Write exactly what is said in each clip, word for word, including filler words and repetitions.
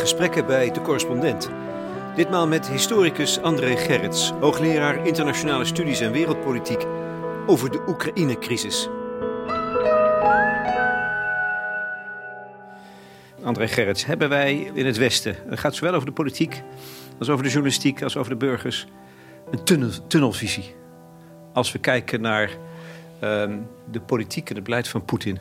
Gesprekken bij De Correspondent. Ditmaal met historicus André Gerrits, hoogleraar internationale studies en wereldpolitiek, over de Oekraïne-crisis. André Gerrits, hebben wij in het Westen, het gaat zowel over de politiek als over de journalistiek als over de burgers, een tunnel, tunnelvisie? Als we kijken naar uh, de politiek en het beleid van Poetin.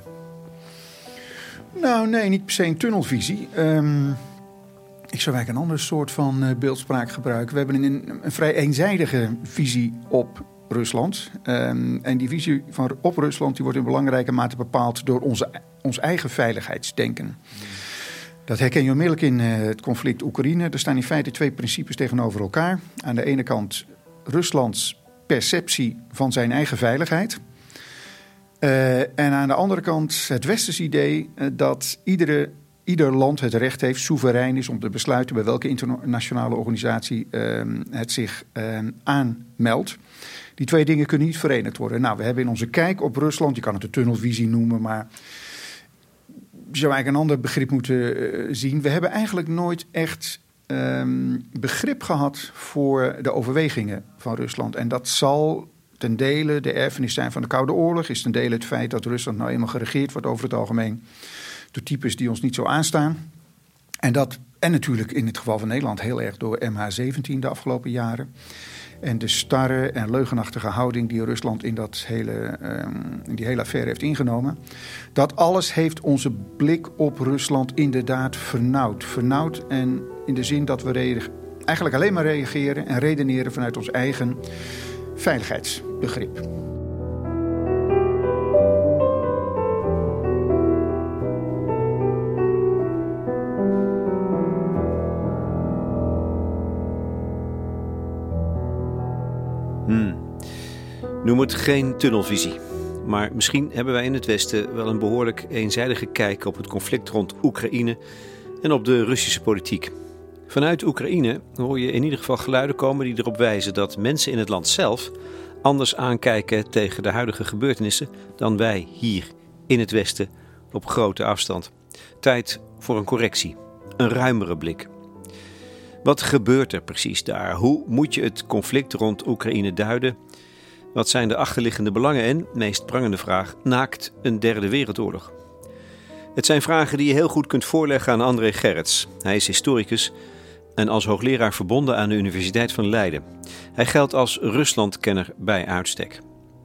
Nou, nee, niet per se een tunnelvisie. Um, ik zou eigenlijk een ander soort van uh, beeldspraak gebruiken. We hebben een, een vrij eenzijdige visie op Rusland. Um, en die visie van, op Rusland die wordt in belangrijke mate bepaald door onze, ons eigen veiligheidsdenken. Dat herken je onmiddellijk in uh, het conflict Oekraïne. Er staan in feite twee principes tegenover elkaar. Aan de ene kant Ruslands perceptie van zijn eigen veiligheid. Uh, en aan de andere kant het westerse idee uh, dat iedere, ieder land het recht heeft, soeverein is om te besluiten bij welke internationale organisatie uh, het zich uh, aanmeldt. Die twee dingen kunnen niet verenigd worden. Nou, we hebben in onze kijk op Rusland, je kan het een tunnelvisie noemen, maar je zou eigenlijk een ander begrip moeten uh, zien. We hebben eigenlijk nooit echt um, begrip gehad voor de overwegingen van Rusland. En dat zal ten dele de erfenis zijn van de Koude Oorlog, is ten dele het feit dat Rusland nou eenmaal geregeerd wordt over het algemeen door types die ons niet zo aanstaan. En, dat, en natuurlijk in het geval van Nederland heel erg door M H zeventien de afgelopen jaren. En de starre en leugenachtige houding die Rusland in, dat hele, um, in die hele affaire heeft ingenomen. Dat alles heeft onze blik op Rusland inderdaad vernauwd. Vernauwd en in de zin dat we re- eigenlijk alleen maar reageren en redeneren vanuit ons eigen veiligheidsbegrip. Hmm. Noem het geen tunnelvisie. Maar misschien hebben wij in het Westen wel een behoorlijk eenzijdige kijk op het conflict rond Oekraïne en op de Russische politiek. Vanuit Oekraïne hoor je in ieder geval geluiden komen die erop wijzen dat mensen in het land zelf anders aankijken tegen de huidige gebeurtenissen dan wij hier in het Westen op grote afstand. Tijd voor een correctie, een ruimere blik. Wat gebeurt er precies daar? Hoe moet je het conflict rond Oekraïne duiden? Wat zijn de achterliggende belangen en, meest prangende vraag, naakt een derde wereldoorlog? Het zijn vragen die je heel goed kunt voorleggen aan André Gerrits. Hij is historicus en als hoogleraar verbonden aan de Universiteit van Leiden. Hij geldt als Ruslandkenner bij uitstek.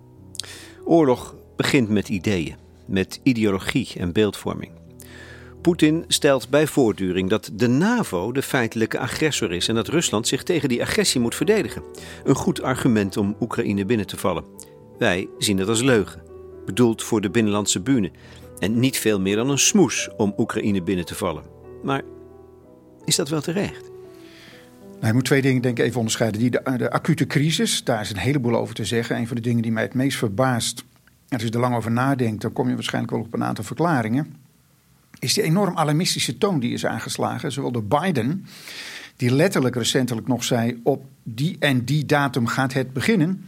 Oorlog begint met ideeën, met ideologie en beeldvorming. Poetin stelt bij voortduring dat de NAVO de feitelijke agressor is en dat Rusland zich tegen die agressie moet verdedigen. Een goed argument om Oekraïne binnen te vallen. Wij zien dat als leugen, bedoeld voor de binnenlandse bühne. En niet veel meer dan een smoes om Oekraïne binnen te vallen. Maar is dat wel terecht? Nou, je moet twee dingen denk ik even onderscheiden. Die, de, de acute crisis, daar is een heleboel over te zeggen. Een van de dingen die mij het meest verbaast, en als je er lang over nadenkt, dan kom je waarschijnlijk wel op een aantal verklaringen, is die enorm alarmistische toon die is aangeslagen. Zowel door Biden, die letterlijk recentelijk nog zei, op die en die datum gaat het beginnen.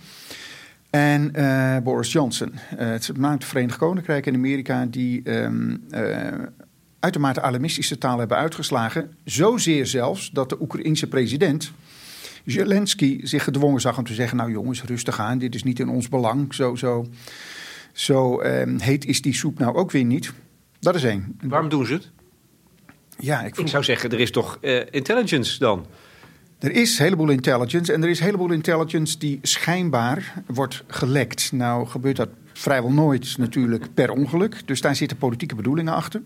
En uh, Boris Johnson, uh, het het Verenigd Koninkrijk en Amerika, die um, uh, uitermate alarmistische taal hebben uitgeslagen. Zozeer zelfs dat de Oekraïense president Zelensky zich gedwongen zag om te zeggen, nou jongens, rustig aan, dit is niet in ons belang. Zo, zo, zo um, heet is die soep nou ook weer niet. Dat is één. Waarom doen ze het? Ja, ik, vroeg... ik zou zeggen, er is toch uh, intelligence dan? Er is een heleboel intelligence en er is een heleboel intelligence die schijnbaar wordt gelekt. Nou gebeurt dat vrijwel nooit natuurlijk per ongeluk, dus daar zitten politieke bedoelingen achter.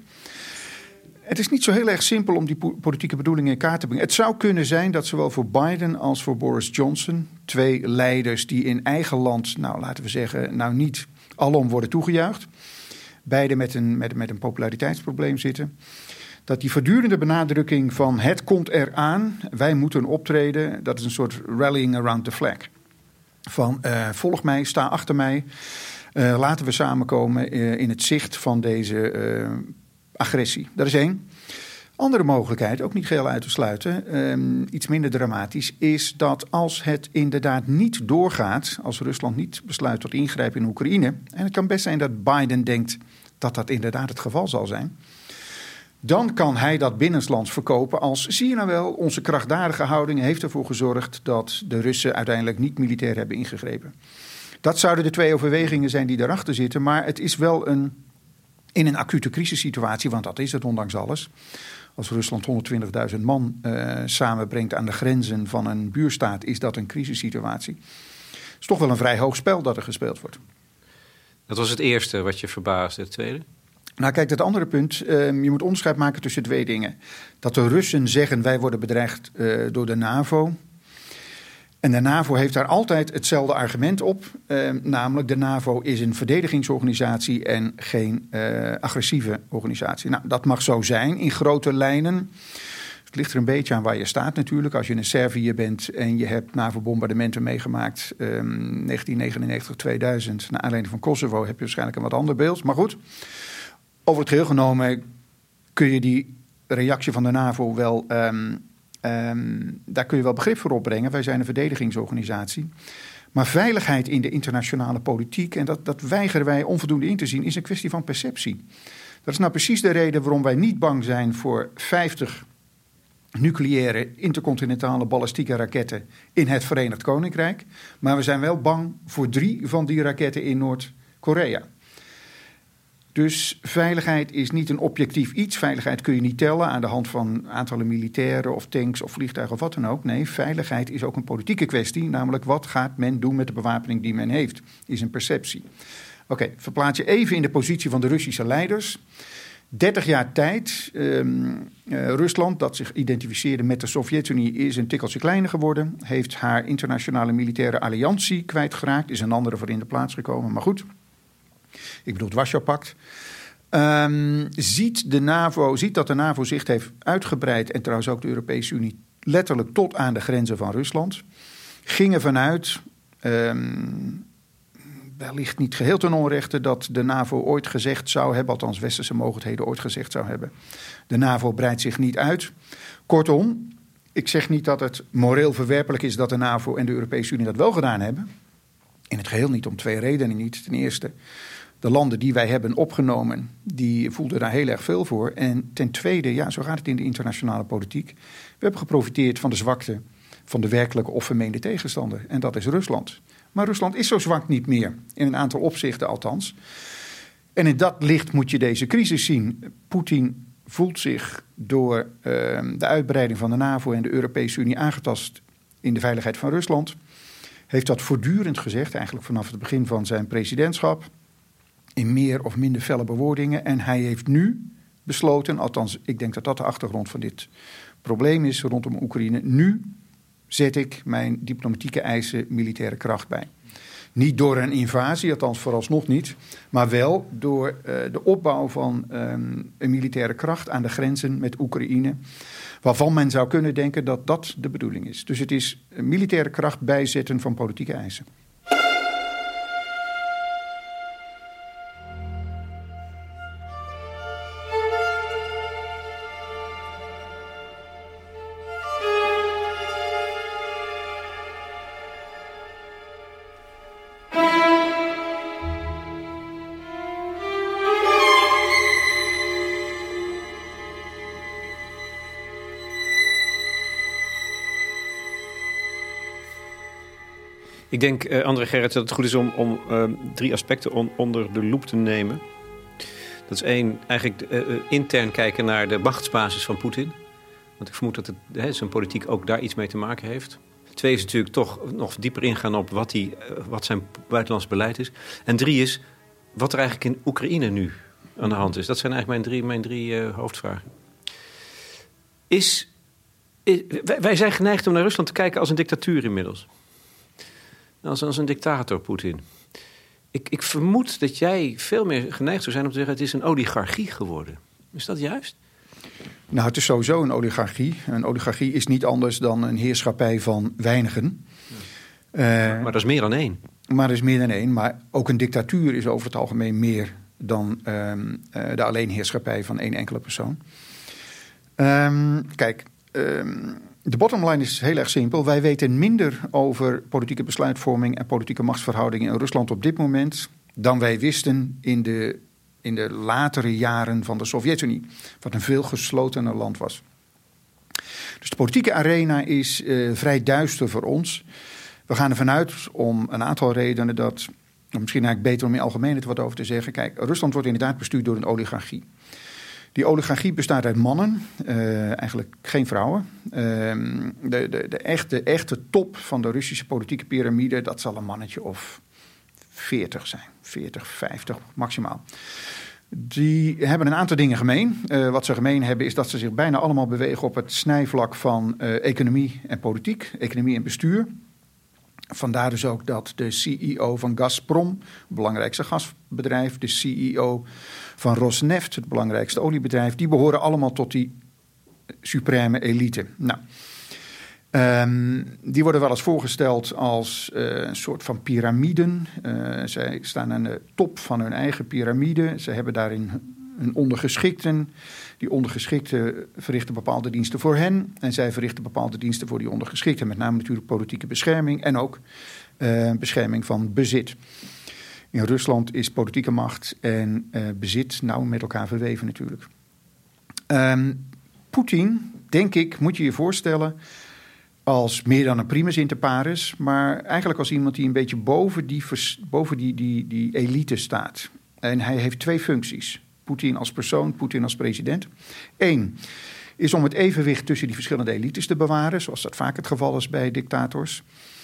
Het is niet zo heel erg simpel om die politieke bedoelingen in kaart te brengen. Het zou kunnen zijn dat zowel voor Biden als voor Boris Johnson, twee leiders die in eigen land, nou laten we zeggen, nou niet alom worden toegejuicht, beide met een, met, met een populariteitsprobleem zitten, dat die voortdurende benadrukking van het komt eraan, wij moeten optreden, dat is een soort rallying around the flag. Van uh, volg mij, sta achter mij, uh, laten we samenkomen uh, in het zicht van deze uh, agressie. Dat is één. Andere mogelijkheid, ook niet geheel uit te sluiten, um, iets minder dramatisch, is dat als het inderdaad niet doorgaat, als Rusland niet besluit tot ingrijpen in Oekraïne, en het kan best zijn dat Biden denkt dat dat inderdaad het geval zal zijn, Dan kan hij dat binnenlands verkopen als, zie je nou wel, onze krachtdadige houding heeft ervoor gezorgd dat de Russen uiteindelijk niet militair hebben ingegrepen. Dat zouden de twee overwegingen zijn die erachter zitten, maar het is wel een, in een acute crisissituatie, want dat is het ondanks alles. Als Rusland honderdtwintigduizend man uh, samenbrengt aan de grenzen van een buurstaat, is dat een crisissituatie. Het is toch wel een vrij hoog spel dat er gespeeld wordt. Dat was het eerste wat je verbaasde. Het tweede? Nou kijk, het andere punt, uh, je moet onderscheid maken tussen twee dingen. Dat de Russen zeggen wij worden bedreigd uh, door de NAVO. En de NAVO heeft daar altijd hetzelfde argument op. Uh, namelijk de NAVO is een verdedigingsorganisatie en geen uh, agressieve organisatie. Nou, dat mag zo zijn in grote lijnen. Het ligt er een beetje aan waar je staat natuurlijk. Als je in Servië bent en je hebt NAVO-bombardementen meegemaakt um, negentien negenennegentig tweeduizend. Naar aanleiding van Kosovo heb je waarschijnlijk een wat ander beeld. Maar goed, over het geheel genomen kun je die reactie van de NAVO wel... Um, Um, daar kun je wel begrip voor opbrengen. Wij zijn een verdedigingsorganisatie. Maar veiligheid in de internationale politiek, en dat, dat weigeren wij onvoldoende in te zien, is een kwestie van perceptie. Dat is nou precies de reden waarom wij niet bang zijn voor vijftig nucleaire intercontinentale ballistieke raketten in het Verenigd Koninkrijk. Maar we zijn wel bang voor drie van die raketten in Noord-Korea. Dus veiligheid is niet een objectief iets. Veiligheid kun je niet tellen aan de hand van aantallen militairen of tanks of vliegtuigen of wat dan ook. Nee, veiligheid is ook een politieke kwestie. Namelijk wat gaat men doen met de bewapening die men heeft. Is een perceptie. Oké, okay, verplaats je even in de positie van de Russische leiders. dertig jaar tijd. Um, uh, Rusland, dat zich identificeerde met de Sovjet-Unie, is een tikkeltje kleiner geworden. Heeft haar internationale militaire alliantie kwijtgeraakt. Is een andere voor in de plaats gekomen, maar goed. Ik bedoel het Warschau-pact. Um, ziet, de NAVO, ziet dat de NAVO zich heeft uitgebreid, en trouwens ook de Europese Unie, letterlijk tot aan de grenzen van Rusland. Gingen vanuit, um, wellicht niet geheel ten onrechte, dat de NAVO ooit gezegd zou hebben, althans westerse mogendheden ooit gezegd zou hebben, de NAVO breidt zich niet uit. Kortom, ik zeg niet dat het moreel verwerpelijk is dat de NAVO en de Europese Unie dat wel gedaan hebben. In het geheel niet, om twee redenen niet. Ten eerste, de landen die wij hebben opgenomen, die voelden daar heel erg veel voor. En ten tweede, ja, zo gaat het in de internationale politiek. We hebben geprofiteerd van de zwakte van de werkelijke of vermeende tegenstander. En dat is Rusland. Maar Rusland is zo zwak niet meer, in een aantal opzichten althans. En in dat licht moet je deze crisis zien. Poetin voelt zich door uh, de uitbreiding van de NAVO en de Europese Unie aangetast in de veiligheid van Rusland. Heeft dat voortdurend gezegd, eigenlijk vanaf het begin van zijn presidentschap, in meer of minder felle bewoordingen. En hij heeft nu besloten, althans ik denk dat dat de achtergrond van dit probleem is rondom Oekraïne. Nu zet ik mijn diplomatieke eisen militaire kracht bij. Niet door een invasie, althans vooralsnog niet, maar wel door uh, de opbouw van um, een militaire kracht aan de grenzen met Oekraïne, waarvan men zou kunnen denken dat dat de bedoeling is. Dus het is een militaire kracht bijzetten van politieke eisen. Ik denk, uh, André Gerrits, dat het goed is om, om uh, drie aspecten on, onder de loep te nemen. Dat is één, eigenlijk uh, uh, intern kijken naar de machtsbasis van Poetin. Want ik vermoed dat het, hè, zijn politiek ook daar iets mee te maken heeft. Twee is natuurlijk toch nog dieper ingaan op wat, die, uh, wat zijn buitenlands beleid is. En drie is wat er eigenlijk in Oekraïne nu aan de hand is. Dat zijn eigenlijk mijn drie, mijn drie uh, hoofdvragen. Is, is, wij, wij zijn geneigd om naar Rusland te kijken als een dictatuur inmiddels. Als, als een dictator, Poetin. Ik, ik vermoed dat jij veel meer geneigd zou zijn om te zeggen, het is een oligarchie geworden. Is dat juist? Nou, het is sowieso een oligarchie. Een oligarchie is niet anders dan een heerschappij van weinigen. Ja. Uh, maar, maar dat is meer dan één. Maar dat is meer dan één. Maar ook een dictatuur is over het algemeen meer dan uh, uh, de alleenheerschappij van één enkele persoon. Um, kijk, um, de bottomline is heel erg simpel. Wij weten minder over politieke besluitvorming en politieke machtsverhoudingen in Rusland op dit moment dan wij wisten in de in de latere jaren van de Sovjet-Unie, wat een veel geslotener land was. Dus de politieke arena is uh, vrij duister voor ons. We gaan ervan uit om een aantal redenen dat, misschien eigenlijk beter om in algemeenheid wat over te zeggen. Kijk, Rusland wordt inderdaad bestuurd door een oligarchie. Die oligarchie bestaat uit mannen, uh, eigenlijk geen vrouwen. Uh, de, de, de, echte, de echte top van de Russische politieke piramide, dat zal een mannetje of veertig zijn. veertig, vijftig maximaal. Die hebben een aantal dingen gemeen. Uh, wat ze gemeen hebben is dat ze zich bijna allemaal bewegen op het snijvlak van uh, economie en politiek, economie en bestuur. Vandaar dus ook dat de C E O van Gazprom, het belangrijkste gasbedrijf, de C E O van Rosneft, het belangrijkste oliebedrijf, die behoren allemaal tot die supreme elite. Nou, um, die worden wel eens voorgesteld als uh, een soort van piramiden. Uh, zij staan aan de top van hun eigen piramide. Ze hebben daarin hun ondergeschikten. Die ondergeschikten verrichten bepaalde diensten voor hen. En zij verrichten bepaalde diensten voor die ondergeschikten. Met name natuurlijk politieke bescherming en ook uh, bescherming van bezit. In Rusland is politieke macht en uh, bezit nauw met elkaar verweven natuurlijk. Um, Poetin, denk ik, moet je je voorstellen als meer dan een primus inter pares, maar eigenlijk als iemand die een beetje boven die, boven die, die, die elite staat. En hij heeft twee functies. Poetin als persoon, Poetin als president. Eén is om het evenwicht tussen die verschillende elites te bewaren, zoals dat vaak het geval is bij dictators.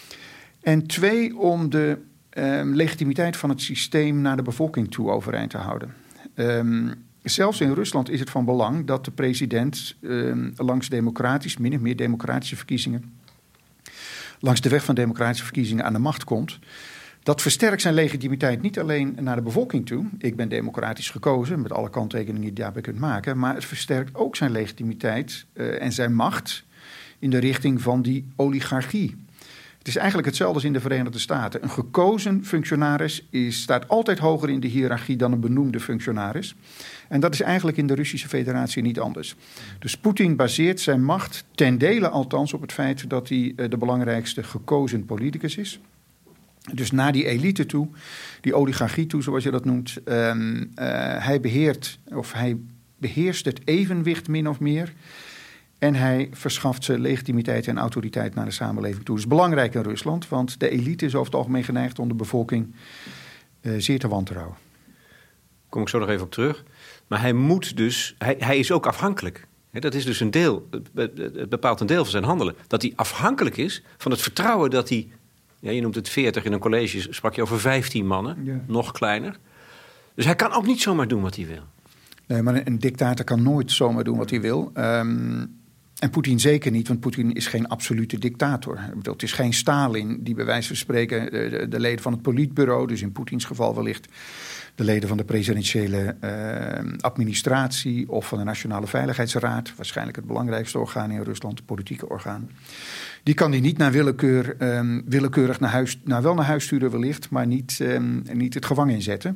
En twee, om de um, legitimiteit van het systeem naar de bevolking toe overeind te houden. Um, zelfs in Rusland is het van belang dat de president um, langs democratisch, min of meer democratische verkiezingen, langs de weg van democratische verkiezingen aan de macht komt. Dat versterkt zijn legitimiteit niet alleen naar de bevolking toe. Ik ben democratisch gekozen, met alle kanttekeningen die je daarbij kunt maken. Maar het versterkt ook zijn legitimiteit uh, en zijn macht in de richting van die oligarchie. Het is eigenlijk hetzelfde als in de Verenigde Staten. Een gekozen functionaris is, staat altijd hoger in de hiërarchie dan een benoemde functionaris. En dat is eigenlijk in de Russische Federatie niet anders. Dus Poetin baseert zijn macht ten dele althans op het feit dat hij uh, de belangrijkste gekozen politicus is. Dus naar die elite toe, die oligarchie toe, zoals je dat noemt. Um, uh, hij beheert, of hij beheerst het evenwicht min of meer. En hij verschaft zijn legitimiteit en autoriteit naar de samenleving toe. Dat is belangrijk in Rusland, want de elite is over het algemeen geneigd om de bevolking uh, zeer te wantrouwen. Kom ik zo nog even op terug. Maar hij moet dus, hij, hij is ook afhankelijk. He, dat is dus een deel, het bepaalt een deel van zijn handelen. Dat hij afhankelijk is van het vertrouwen dat hij, ja, je noemt het veertig, in een college sprak je over vijftien mannen, ja. Nog kleiner. Dus hij kan ook niet zomaar doen wat hij wil. Nee, maar een, een dictator kan nooit zomaar doen wat hij wil. Um, en Poetin zeker niet, want Poetin is geen absolute dictator. Ik bedoel, het is geen Stalin die bij wijze van spreken de, de, de leden van het politbureau, dus in Poetins geval wellicht de leden van de presidentiële uh, administratie of van de Nationale Veiligheidsraad, waarschijnlijk het belangrijkste orgaan in Rusland, het politieke orgaan. Die kan hij niet naar willekeur, um, willekeurig naar huis, nou wel naar huis sturen wellicht, maar niet, um, niet het gevangen inzetten.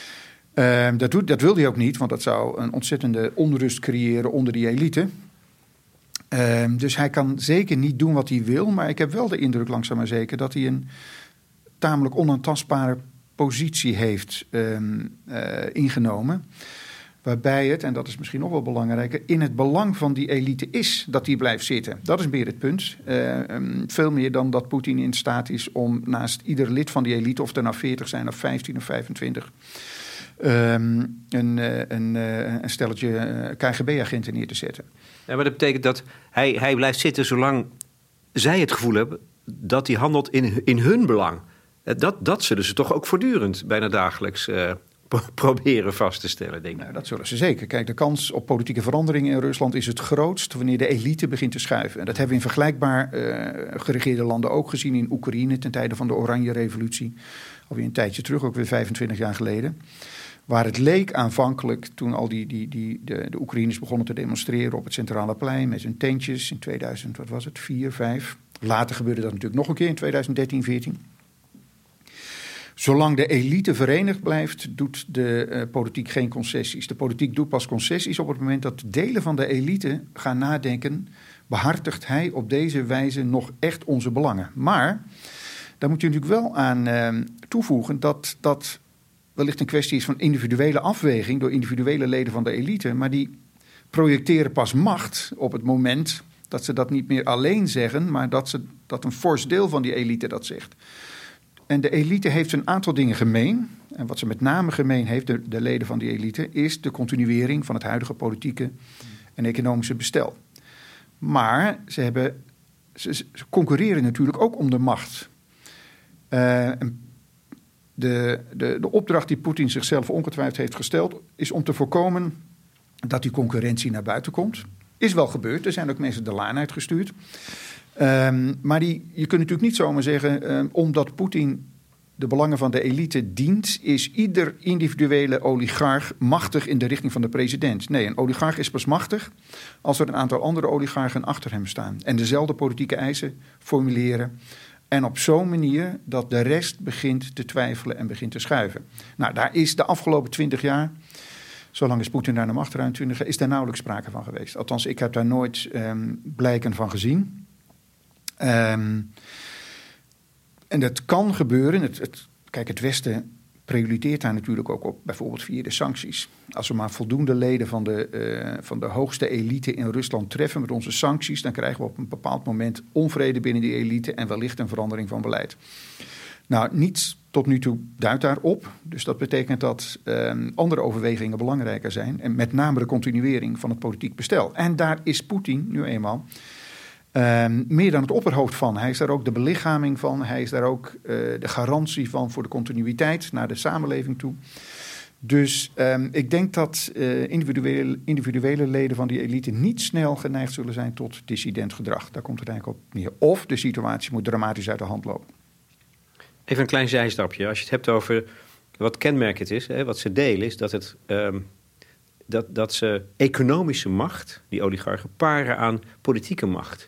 Uh, dat, doet, dat wil hij ook niet, want dat zou een ontzettende onrust creëren onder die elite. Uh, dus hij kan zeker niet doen wat hij wil, maar ik heb wel de indruk langzaam maar zeker dat hij een tamelijk onaantastbare positie heeft um, uh, ingenomen. Waarbij het, en dat is misschien nog wel belangrijker, in het belang van die elite is dat die blijft zitten. Dat is meer het punt. Uh, um, veel meer dan dat Poetin in staat is om naast ieder lid van die elite, of er nou veertig zijn of vijftien of vijfentwintig... Um, een, een, een stelletje K G B-agenten neer te zetten. Ja, maar dat betekent dat hij, hij blijft zitten zolang zij het gevoel hebben dat hij handelt in, in hun belang. Dat, dat zullen ze toch ook voortdurend, bijna dagelijks, uh, proberen vast te stellen, denk ik. Nou, dat zullen ze zeker. Kijk, de kans op politieke verandering in Rusland is het grootst wanneer de elite begint te schuiven. En dat hebben we in vergelijkbaar uh, geregeerde landen ook gezien in Oekraïne ten tijde van de Oranje Revolutie. Alweer een tijdje terug, ook weer vijfentwintig jaar geleden. Waar het leek aanvankelijk, toen al die, die, die, de, de Oekraïners begonnen te demonstreren op het Centrale Plein met hun tentjes in tweeduizend, wat was het, vier, vijf. Later gebeurde dat natuurlijk nog een keer in tweeduizend dertien, veertien. Zolang de elite verenigd blijft, doet de uh, politiek geen concessies. De politiek doet pas concessies op het moment dat delen van de elite gaan nadenken, behartigt hij op deze wijze nog echt onze belangen. Maar daar moet je natuurlijk wel aan uh, toevoegen dat dat wellicht een kwestie is van individuele afweging door individuele leden van de elite, maar die projecteren pas macht op het moment dat ze dat niet meer alleen zeggen, maar dat, ze, dat een fors deel van die elite dat zegt. En de elite heeft een aantal dingen gemeen. En wat ze met name gemeen heeft, de, de leden van die elite, is de continuering van het huidige politieke en economische bestel. Maar ze, hebben, ze, ze concurreren natuurlijk ook om de macht. Uh, de, de, de opdracht die Poetin zichzelf ongetwijfeld heeft gesteld is om te voorkomen dat die concurrentie naar buiten komt. Is wel gebeurd, er zijn ook mensen de laan uitgestuurd. Um, maar die, je kunt natuurlijk niet zomaar zeggen, um, omdat Poetin de belangen van de elite dient, is ieder individuele oligarch machtig in de richting van de president. Nee, een oligarch is pas machtig als er een aantal andere oligarchen achter hem staan en dezelfde politieke eisen formuleren. En op zo'n manier dat de rest begint te twijfelen en begint te schuiven. Nou, daar is de afgelopen twintig jaar, zolang is Poetin daar naar macht ruim twintig jaar, is daar nauwelijks sprake van geweest. Althans, ik heb daar nooit um, blijken van gezien. Um, en dat kan gebeuren. Het, het, kijk, het Westen preludeert daar natuurlijk ook op, bijvoorbeeld via de sancties. Als we maar voldoende leden van de, uh, van de hoogste elite in Rusland treffen met onze sancties, dan krijgen we op een bepaald moment onvrede binnen die elite en wellicht een verandering van beleid. Nou, niets tot nu toe duidt daarop. Dus dat betekent dat um, andere overwegingen belangrijker zijn. En met name de continuering van het politiek bestel. En daar is Poetin nu eenmaal Um, meer dan het opperhoofd van. Hij is daar ook de belichaming van. Hij is daar ook uh, de garantie van voor de continuïteit naar de samenleving toe. Dus um, ik denk dat uh, individuele, individuele leden van die elite niet snel geneigd zullen zijn tot dissident gedrag. Daar komt het eigenlijk op neer. Of de situatie moet dramatisch uit de hand lopen. Even een klein zijstapje. Als je het hebt over wat kenmerkend is, hè, wat ze delen, is dat, het, um, dat, dat ze economische macht, die oligarchen, paren aan politieke macht.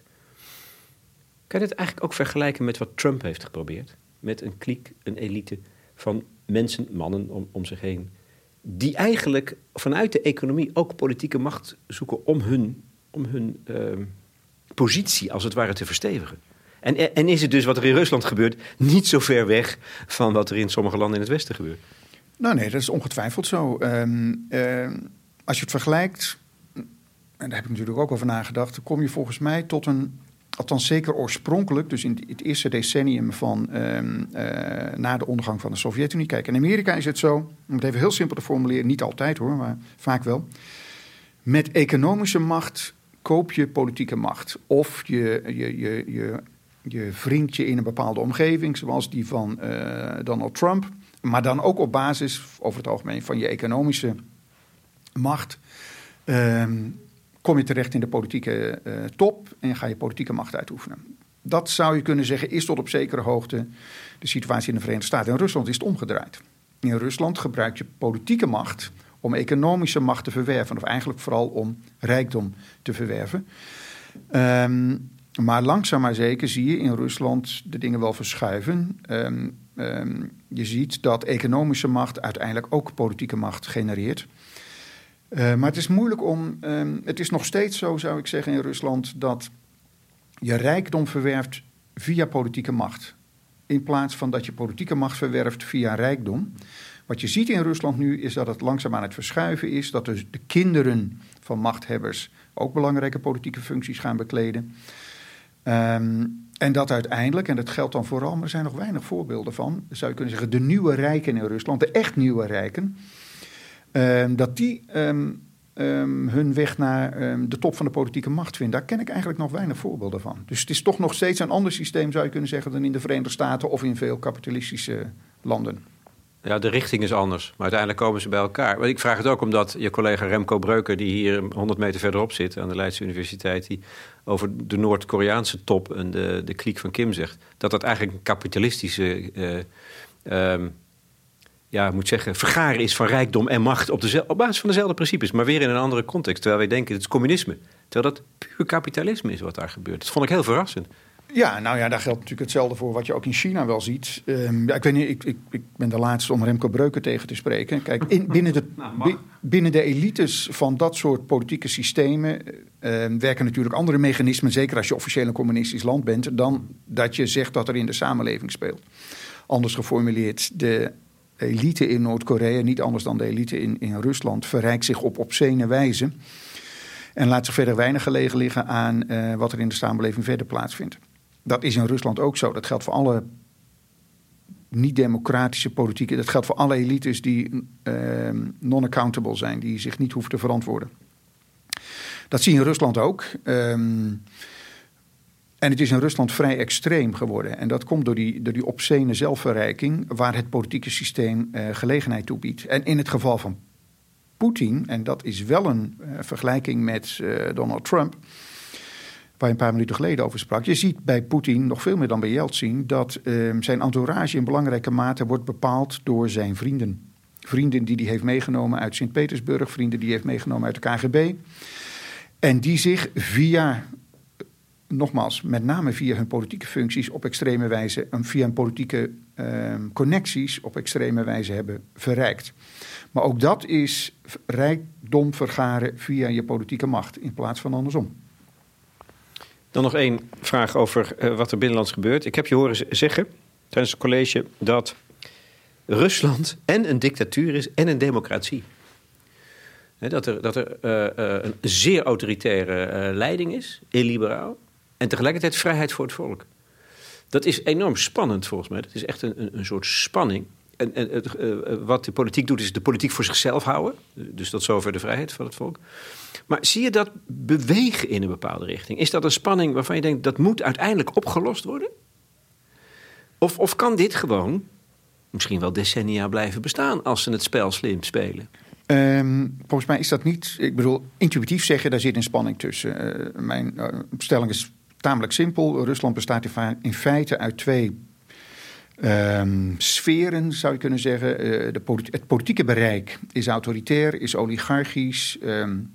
Kan je dit eigenlijk ook vergelijken met wat Trump heeft geprobeerd? Met een kliek, een elite van mensen, mannen om, om zich heen, die eigenlijk vanuit de economie ook politieke macht zoeken om hun, om hun uh, positie als het ware te verstevigen. En, en is het dus wat er in Rusland gebeurt niet zo ver weg van wat er in sommige landen in het Westen gebeurt? Nou nee, dat is ongetwijfeld zo. Um, uh, als je het vergelijkt, en daar heb ik natuurlijk ook over nagedacht, dan kom je volgens mij tot een, althans zeker oorspronkelijk, dus in het eerste decennium van um, uh, na de ondergang van de Sovjet-Unie. Kijk, in Amerika is het zo, om het even heel simpel te formuleren, niet altijd hoor, maar vaak wel. Met economische macht koop je politieke macht. Of je, je, je, je, je wringt je in een bepaalde omgeving, zoals die van uh, Donald Trump. Maar dan ook op basis, over het algemeen, van je economische macht. Um, kom je terecht in de politieke uh, top en ga je politieke macht uitoefenen. Dat zou je kunnen zeggen is tot op zekere hoogte de situatie in de Verenigde Staten. In Rusland is het omgedraaid. In Rusland gebruik je politieke macht om economische macht te verwerven. Of eigenlijk vooral om rijkdom te verwerven. Um, maar langzaam maar zeker zie je in Rusland de dingen wel verschuiven. Um, um, je ziet dat economische macht uiteindelijk ook politieke macht genereert. Uh, maar het is moeilijk om... Um, het is nog steeds zo, zou ik zeggen, in Rusland, dat je rijkdom verwerft via politieke macht. In plaats van dat je politieke macht verwerft via rijkdom. Wat je ziet in Rusland nu is dat het langzaam aan het verschuiven is. Dat dus de kinderen van machthebbers ook belangrijke politieke functies gaan bekleden. Um, en dat uiteindelijk, en dat geldt dan vooral, maar er zijn nog weinig voorbeelden van, zou je kunnen zeggen, de nieuwe rijken in Rusland, de echt nieuwe rijken, um, dat die um, um, hun weg naar um, de top van de politieke macht vinden. Daar ken ik eigenlijk nog weinig voorbeelden van. Dus het is toch nog steeds een ander systeem, zou je kunnen zeggen, dan in de Verenigde Staten of in veel kapitalistische landen. Ja, de richting is anders, maar uiteindelijk komen ze bij elkaar. Maar ik vraag het ook omdat je collega Remco Breuker, die hier honderd meter verderop zit aan de Leidse Universiteit, die over de Noord-Koreaanse top en de, de kliek van Kim zegt, dat dat eigenlijk een kapitalistische, uh, um, ja, moet zeggen, vergaren is van rijkdom en macht op, de, op basis van dezelfde principes, maar weer in een andere context. Terwijl wij denken, het is communisme. Terwijl dat puur kapitalisme is wat daar gebeurt. Dat vond ik heel verrassend. Ja, nou ja, daar geldt natuurlijk hetzelfde voor wat je ook in China wel ziet. Um, ja, ik weet niet, ik, ik, ik ben de laatste om Remco Breuker tegen te spreken. Kijk, in, binnen, de, nou, binnen de elites van dat soort politieke systemen uh, werken natuurlijk andere mechanismen, zeker als je officieel een communistisch land bent, dan dat je zegt dat er in de samenleving speelt. Anders geformuleerd, de elite in Noord-Korea, niet anders dan de elite in, in Rusland, verrijkt zich op obscene wijze en laat zich verder weinig gelegen liggen aan uh, wat er in de samenleving verder plaatsvindt. Dat is in Rusland ook zo. Dat geldt voor alle niet-democratische politieken. Dat geldt voor alle elites die uh, non-accountable zijn, die zich niet hoeven te verantwoorden. Dat zie je in Rusland ook. Um, en het is in Rusland vrij extreem geworden. En dat komt door die, door die obscene zelfverrijking waar het politieke systeem uh, gelegenheid toe biedt. En in het geval van Poetin, en dat is wel een uh, vergelijking met uh, Donald Trump, waar je een paar minuten geleden over sprak. Je ziet bij Poetin, nog veel meer dan bij Yeltsin, dat uh, zijn entourage in belangrijke mate wordt bepaald door zijn vrienden. Vrienden die hij heeft meegenomen uit Sint-Petersburg, vrienden die hij heeft meegenomen uit de K G B. En die zich via, nogmaals, met name via hun politieke functies op extreme wijze, via hun politieke uh, connecties op extreme wijze hebben verrijkt. Maar ook dat is rijkdom vergaren via je politieke macht in plaats van andersom. Dan nog één vraag over uh, wat er binnenlands gebeurt. Ik heb je horen zeggen tijdens het college dat Rusland en een dictatuur is en een democratie. He, dat er, dat er uh, uh, een zeer autoritaire uh, leiding is, illiberaal, en tegelijkertijd vrijheid voor het volk. Dat is enorm spannend volgens mij. Dat is echt een, een, een soort spanning. En, en uh, uh, wat de politiek doet, is de politiek voor zichzelf houden. Dus tot zover de vrijheid van het volk. Maar zie je dat bewegen in een bepaalde richting? Is dat een spanning waarvan je denkt, dat moet uiteindelijk opgelost worden? Of, of kan dit gewoon misschien wel decennia blijven bestaan als ze het spel slim spelen? Um, volgens mij is dat niet. Ik bedoel, intuïtief zeggen, daar zit een spanning tussen. Uh, mijn uh, stelling is tamelijk simpel. Rusland bestaat in, fa- in feite uit twee um, sferen, zou je kunnen zeggen. Uh, de politi- het politieke bereik is autoritair, is oligarchisch, um,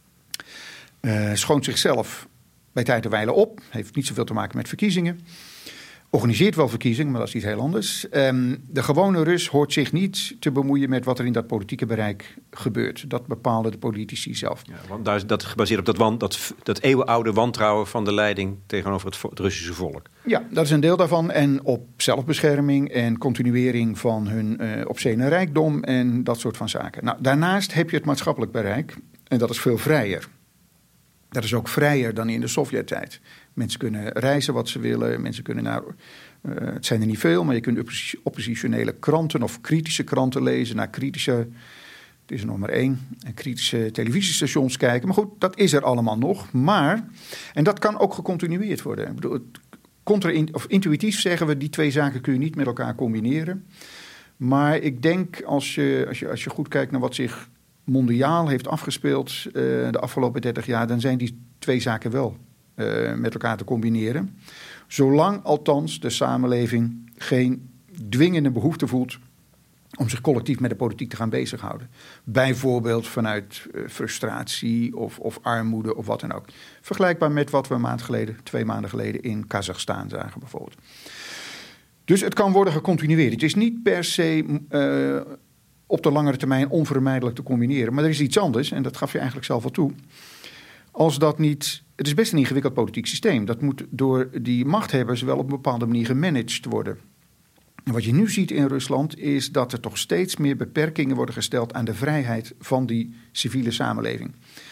uh, schoont zichzelf bij tijd en wijle op. Heeft niet zoveel te maken met verkiezingen. Organiseert wel verkiezingen, maar dat is iets heel anders. Um, de gewone Rus hoort zich niet te bemoeien met wat er in dat politieke bereik gebeurt. Dat bepalen de politici zelf. Ja, want daar is dat gebaseerd op dat, wan, dat, dat eeuwenoude wantrouwen van de leiding tegenover het, vo- het Russische volk. Ja, dat is een deel daarvan. En op zelfbescherming en continuering van hun uh, obscene rijkdom en dat soort van zaken. Nou, daarnaast heb je het maatschappelijk bereik en dat is veel vrijer. Dat is ook vrijer dan in de Sovjet-tijd. Mensen kunnen reizen wat ze willen. Mensen kunnen naar, uh, het zijn er niet veel, maar je kunt oppositionele kranten of kritische kranten lezen. Naar kritische, het is er nog maar één, en kritische televisiestations kijken. Maar goed, dat is er allemaal nog. Maar, en dat kan ook gecontinueerd worden. Ik bedoel, contra, of intuïtief zeggen we, die twee zaken kun je niet met elkaar combineren. Maar ik denk, als je, als je, als je goed kijkt naar wat zich mondiaal heeft afgespeeld uh, de afgelopen dertig jaar, dan zijn die twee zaken wel uh, met elkaar te combineren. Zolang althans de samenleving geen dwingende behoefte voelt om zich collectief met de politiek te gaan bezighouden. Bijvoorbeeld vanuit uh, frustratie of, of armoede of wat dan ook. Vergelijkbaar met wat we een maand geleden, twee maanden geleden in Kazachstan zagen bijvoorbeeld. Dus het kan worden gecontinueerd. Het is niet per se Uh, op de langere termijn onvermijdelijk te combineren. Maar er is iets anders, en dat gaf je eigenlijk zelf al toe. Als dat niet. Het is best een ingewikkeld politiek systeem. Dat moet door die machthebbers wel op een bepaalde manier gemanaged worden. En wat je nu ziet in Rusland is dat er toch steeds meer beperkingen worden gesteld aan de vrijheid van die civiele samenleving.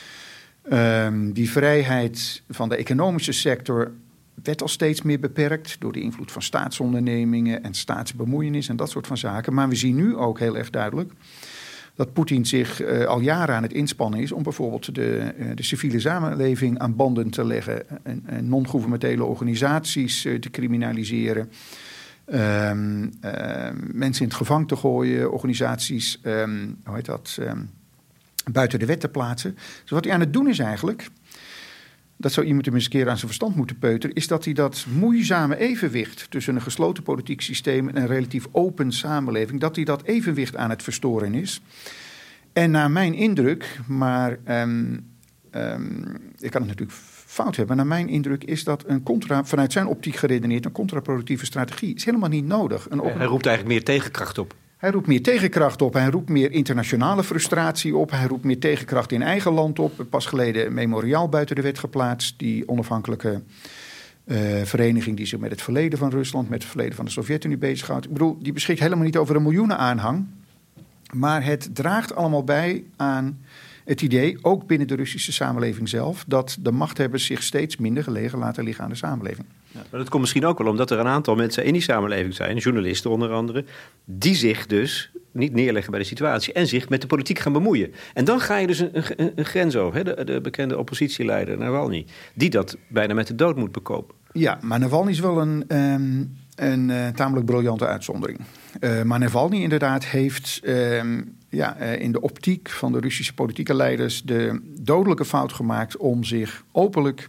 Um, die vrijheid van de economische sector werd al steeds meer beperkt door de invloed van staatsondernemingen en staatsbemoeienis en dat soort van zaken. Maar we zien nu ook heel erg duidelijk dat Poetin zich uh, al jaren aan het inspannen is om bijvoorbeeld de, uh, de civiele samenleving aan banden te leggen en, en non-gouvernementele organisaties uh, te criminaliseren. Um, uh, mensen in het gevangen te gooien, organisaties, um, hoe heet dat, um, buiten de wet te plaatsen. Dus wat hij aan het doen is eigenlijk, dat zou iemand hem eens een keer aan zijn verstand moeten peuteren, is dat hij dat moeizame evenwicht tussen een gesloten politiek systeem en een relatief open samenleving, dat hij dat evenwicht aan het verstoren is. En naar mijn indruk, maar um, um, ik kan het natuurlijk fout hebben, naar mijn indruk is dat een contra, vanuit zijn optiek geredeneerd, een contraproductieve strategie is helemaal niet nodig. Een open... Hij roept eigenlijk meer tegenkracht op. Hij roept meer tegenkracht op, hij roept meer internationale frustratie op, hij roept meer tegenkracht in eigen land op. Pas geleden een memoriaal buiten de wet geplaatst, die onafhankelijke Uh, vereniging die zich met het verleden van Rusland, met het verleden van de Sovjet-Unie bezighoudt. Ik bedoel, die beschikt helemaal niet over een miljoenen aanhang. Maar het draagt allemaal bij aan het idee, ook binnen de Russische samenleving zelf, dat de machthebbers zich steeds minder gelegen laten liggen aan de samenleving. Ja, maar dat komt misschien ook wel omdat er een aantal mensen in die samenleving zijn, journalisten onder andere, die zich dus niet neerleggen bij de situatie en zich met de politiek gaan bemoeien. En dan ga je dus een, een, een grens over. Hè? De, de bekende oppositieleider Navalny, die dat bijna met de dood moet bekopen. Ja, maar Navalny is wel een, um, een uh, tamelijk briljante uitzondering. Uh, maar Navalny inderdaad heeft um, ja, uh, in de optiek van de Russische politieke leiders de dodelijke fout gemaakt om zich openlijk,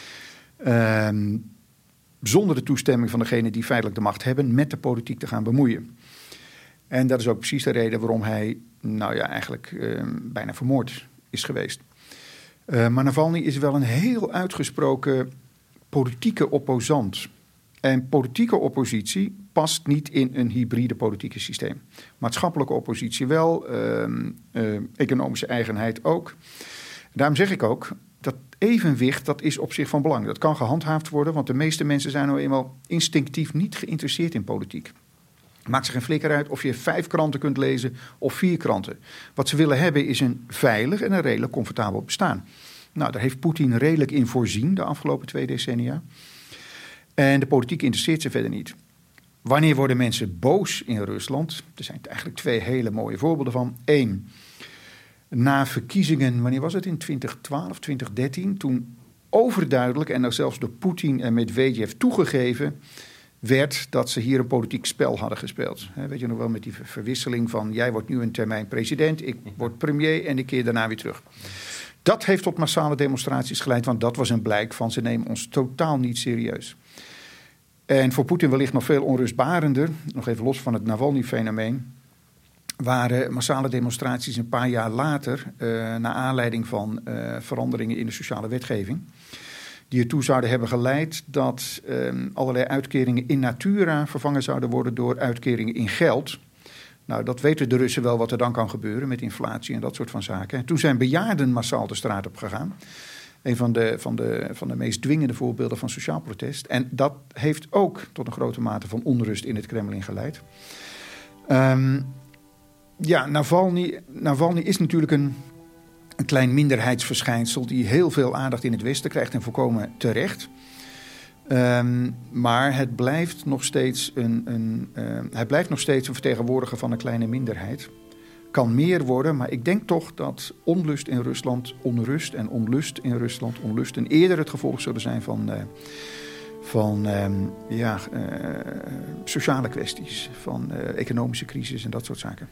um, zonder de toestemming van degenen die feitelijk de macht hebben, met de politiek te gaan bemoeien. En dat is ook precies de reden waarom hij, nou ja, eigenlijk uh, bijna vermoord is geweest. Uh, maar Navalny is wel een heel uitgesproken politieke opposant. En politieke oppositie past niet in een hybride politieke systeem. Maatschappelijke oppositie wel, uh, uh, economische eigenheid ook. Daarom zeg ik ook, dat evenwicht dat is op zich van belang. Dat kan gehandhaafd worden, want de meeste mensen zijn nou eenmaal instinctief niet geïnteresseerd in politiek. Maakt zich geen flikker uit of je vijf kranten kunt lezen of vier kranten. Wat ze willen hebben is een veilig en een redelijk comfortabel bestaan. Nou, daar heeft Poetin redelijk in voorzien de afgelopen twee decennia. En de politiek interesseert ze verder niet. Wanneer worden mensen boos in Rusland? Er zijn eigenlijk twee hele mooie voorbeelden van. Eén, na verkiezingen, wanneer was het? In twintig twaalf, twintig dertien. Toen overduidelijk en nou zelfs door Poetin en Medvedev toegegeven werd dat ze hier een politiek spel hadden gespeeld. He, weet je nog wel, met die verwisseling van jij wordt nu een termijn president, ik word premier en ik keer daarna weer terug. Dat heeft tot massale demonstraties geleid, want dat was een blijk van ze nemen ons totaal niet serieus. En voor Poetin wellicht nog veel onrustbarender, nog even los van het Navalny-fenomeen, waren massale demonstraties een paar jaar later, uh, naar aanleiding van uh, veranderingen in de sociale wetgeving, die ertoe zouden hebben geleid dat um, allerlei uitkeringen in natura vervangen zouden worden door uitkeringen in geld. Nou, dat weten de Russen wel wat er dan kan gebeuren met inflatie en dat soort van zaken. En toen zijn bejaarden massaal de straat op gegaan. Een van de, van, de, van de meest dwingende voorbeelden van sociaal protest. En dat heeft ook tot een grote mate van onrust in het Kremlin geleid. Um, ja, Navalny, Navalny is natuurlijk een, een klein minderheidsverschijnsel die heel veel aandacht in het Westen krijgt en volkomen terecht. Um, maar het blijft nog steeds een, een, uh, hij blijft nog steeds een vertegenwoordiger van een kleine minderheid. Kan meer worden, maar ik denk toch dat onlust in Rusland, onrust en onlust in Rusland, onlusten eerder het gevolg zullen zijn van, uh, van um, ja, uh, sociale kwesties, van uh, economische crisis en dat soort zaken.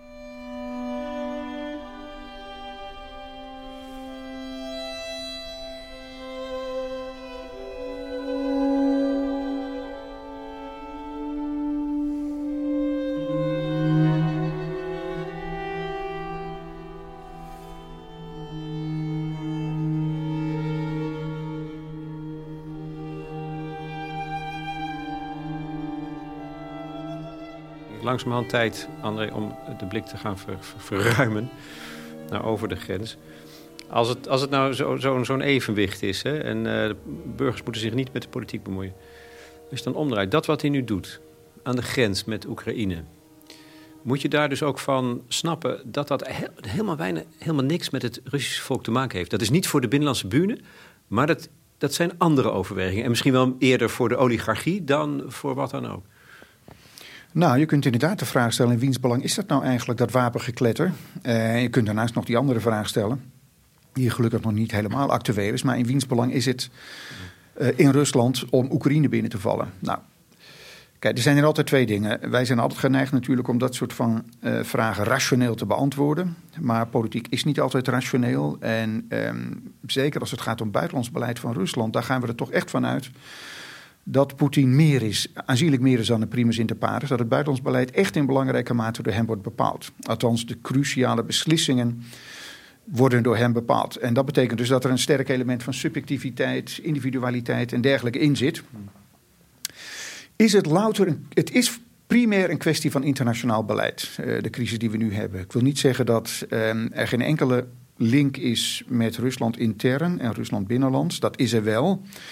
Langzamerhand tijd, André, om de blik te gaan ver, ver, verruimen naar over de grens. Als het, als het nou zo, zo, zo'n evenwicht is, hè, en uh, de burgers moeten zich niet met de politiek bemoeien. Als je dan omdraait, dat wat hij nu doet aan de grens met Oekraïne, moet je daar dus ook van snappen dat dat he, helemaal, weinig, helemaal niks met het Russische volk te maken heeft. Dat is niet voor de binnenlandse bühne, maar dat, dat zijn andere overwegingen. En misschien wel eerder voor de oligarchie dan voor wat dan ook. Nou, je kunt inderdaad de vraag stellen, in wiens belang is dat nou eigenlijk, dat wapengekletter? Uh, je kunt daarnaast nog die andere vraag stellen, die gelukkig nog niet helemaal actueel is, maar in wiens belang is het uh, in Rusland om Oekraïne binnen te vallen? Nou, kijk, er zijn er altijd twee dingen. Wij zijn altijd geneigd natuurlijk om dat soort van uh, vragen rationeel te beantwoorden. Maar politiek is niet altijd rationeel. En um, zeker als het gaat om buitenlands beleid van Rusland, daar gaan we er toch echt van uit dat Poetin meer is, aanzienlijk meer is dan een primus inter pares. Dat het buitenlands beleid echt in belangrijke mate door hem wordt bepaald. Althans, de cruciale beslissingen worden door hem bepaald. En dat betekent dus dat er een sterk element van subjectiviteit, individualiteit en dergelijke in zit. Is het louter een, het is primair een kwestie van internationaal beleid, uh, de crisis die we nu hebben. Ik wil niet zeggen dat um, er geen enkele link is met Rusland intern en Rusland binnenlands. Dat is er wel.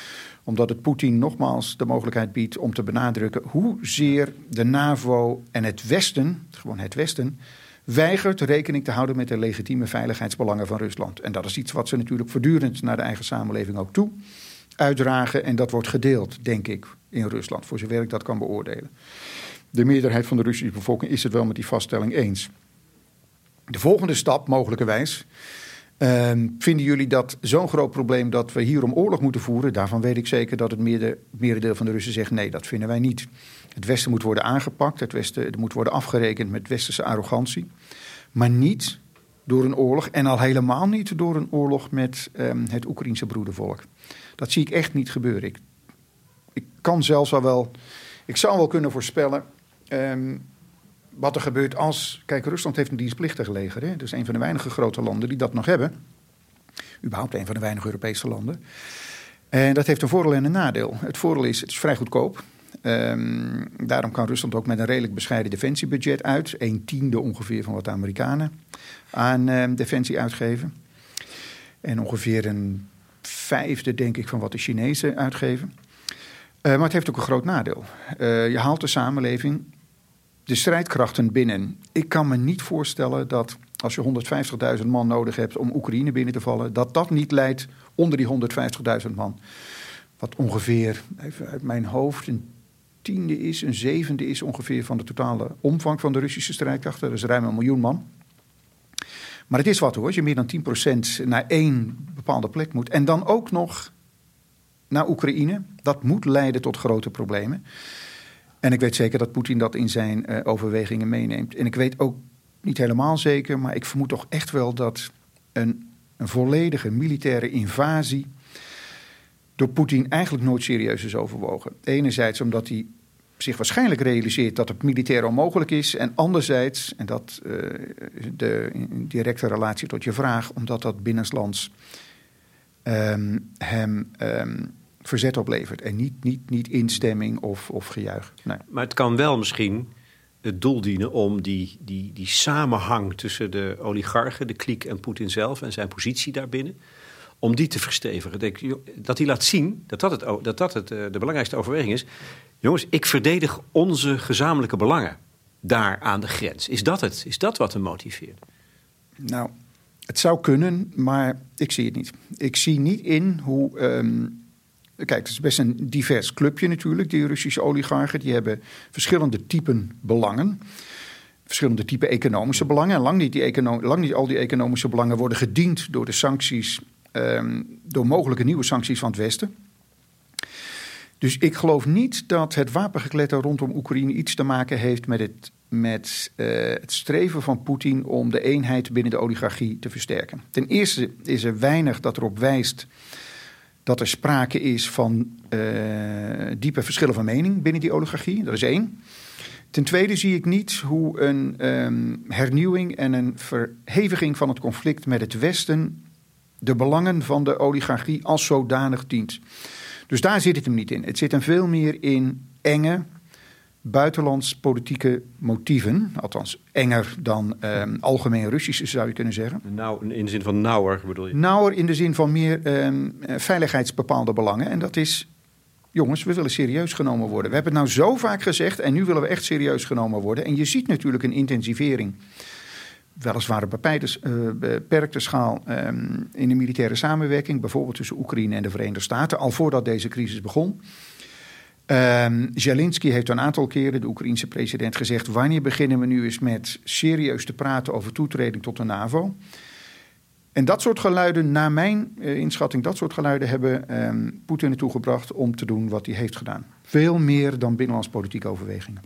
Omdat het Poetin nogmaals de mogelijkheid biedt om te benadrukken hoezeer de NAVO en het Westen, gewoon het Westen, weigert rekening te houden met de legitieme veiligheidsbelangen van Rusland. En dat is iets wat ze natuurlijk voortdurend naar de eigen samenleving ook toe uitdragen. En dat wordt gedeeld, denk ik, in Rusland, voor zover ik dat kan beoordelen. De meerderheid van de Russische bevolking is het wel met die vaststelling eens. De volgende stap, mogelijkerwijs. Uh, vinden jullie dat zo'n groot probleem dat we hierom oorlog moeten voeren? Daarvan weet ik zeker dat het meerde, merendeel van de Russen zegt nee, dat vinden wij niet. Het Westen moet worden aangepakt, het Westen moet worden afgerekend met westerse arrogantie. Maar niet door een oorlog en al helemaal niet door een oorlog met um, het Oekraïense broedervolk. Dat zie ik echt niet gebeuren. Ik, ik kan zelfs al wel, ik zou wel kunnen voorspellen Um, wat er gebeurt als... Kijk, Rusland heeft een dienstplichtige leger. Hè? Dat is een van de weinige grote landen die dat nog hebben. Überhaupt een van de weinige Europese landen. En dat heeft een voordeel en een nadeel. Het voordeel is, het is vrij goedkoop. Um, daarom kan Rusland ook met een redelijk bescheiden defensiebudget uit. Een tiende ongeveer van wat de Amerikanen aan um, defensie uitgeven. En ongeveer een vijfde, denk ik, van wat de Chinezen uitgeven. Uh, maar het heeft ook een groot nadeel. Uh, je haalt de samenleving, de strijdkrachten binnen. Ik kan me niet voorstellen dat als je honderdvijftigduizend man nodig hebt om Oekraïne binnen te vallen, dat dat niet leidt onder die honderdvijftigduizend man. Wat ongeveer, even uit mijn hoofd, een tiende is, een zevende is ongeveer van de totale omvang van de Russische strijdkrachten. Dat is ruim een miljoen man. Maar het is wat hoor, als je meer dan tien procent naar één bepaalde plek moet en dan ook nog naar Oekraïne, dat moet leiden tot grote problemen. En ik weet zeker dat Poetin dat in zijn uh, overwegingen meeneemt. En ik weet ook niet helemaal zeker, maar ik vermoed toch echt wel dat een, een volledige militaire invasie door Poetin eigenlijk nooit serieus is overwogen. Enerzijds omdat hij zich waarschijnlijk realiseert dat het militair onmogelijk is. En anderzijds, en dat uh, de in directe relatie tot je vraag, omdat dat binnenlands um, hem um, verzet oplevert. En niet, niet, niet instemming of, of gejuich. Nee. Maar het kan wel misschien het doel dienen om die, die, die samenhang tussen de oligarchen, de kliek en Poetin zelf en zijn positie daarbinnen, om die te verstevigen. Denk, dat hij laat zien dat dat, het, dat, dat het, de belangrijkste overweging is. Jongens, ik verdedig onze gezamenlijke belangen daar aan de grens. Is dat het? Is dat wat hem motiveert? Nou, het zou kunnen, maar ik zie het niet. Ik zie niet in hoe Um, Kijk, het is best een divers clubje natuurlijk, die Russische oligarchen. Die hebben verschillende typen belangen. Verschillende typen economische belangen. En lang niet, die econo- lang niet al die economische belangen worden gediend door de sancties, um, door mogelijke nieuwe sancties van het Westen. Dus ik geloof niet dat het wapengekletter rondom Oekraïne iets te maken heeft met het, met, uh, het streven van Poetin om de eenheid binnen de oligarchie te versterken. Ten eerste is er weinig dat erop wijst dat er sprake is van uh, diepe verschillen van mening binnen die oligarchie. Dat is één. Ten tweede zie ik niet hoe een um, hernieuwing en een verheviging van het conflict met het Westen de belangen van de oligarchie als zodanig dient. Dus daar zit het hem niet in. Het zit hem veel meer in enge buitenlands politieke motieven. Althans, enger dan um, algemeen Russische zou je kunnen zeggen. Nou, in de zin van nauwer bedoel je? Nauwer in de zin van meer um, veiligheidsbepaalde belangen. En dat is, jongens, we willen serieus genomen worden. We hebben het nou zo vaak gezegd en nu willen we echt serieus genomen worden. En je ziet natuurlijk een intensivering. Weliswaar op beperkte, uh, beperkte schaal um, in de militaire samenwerking. Bijvoorbeeld tussen Oekraïne en de Verenigde Staten. Al voordat deze crisis begon. Um, Zelensky heeft een aantal keren, de Oekraïense president, gezegd: wanneer beginnen we nu eens met serieus te praten over toetreding tot de NAVO? En dat soort geluiden, naar mijn uh, inschatting, dat soort geluiden hebben um, Poetin ertoe gebracht om te doen wat hij heeft gedaan. Veel meer dan binnenlands politieke overwegingen.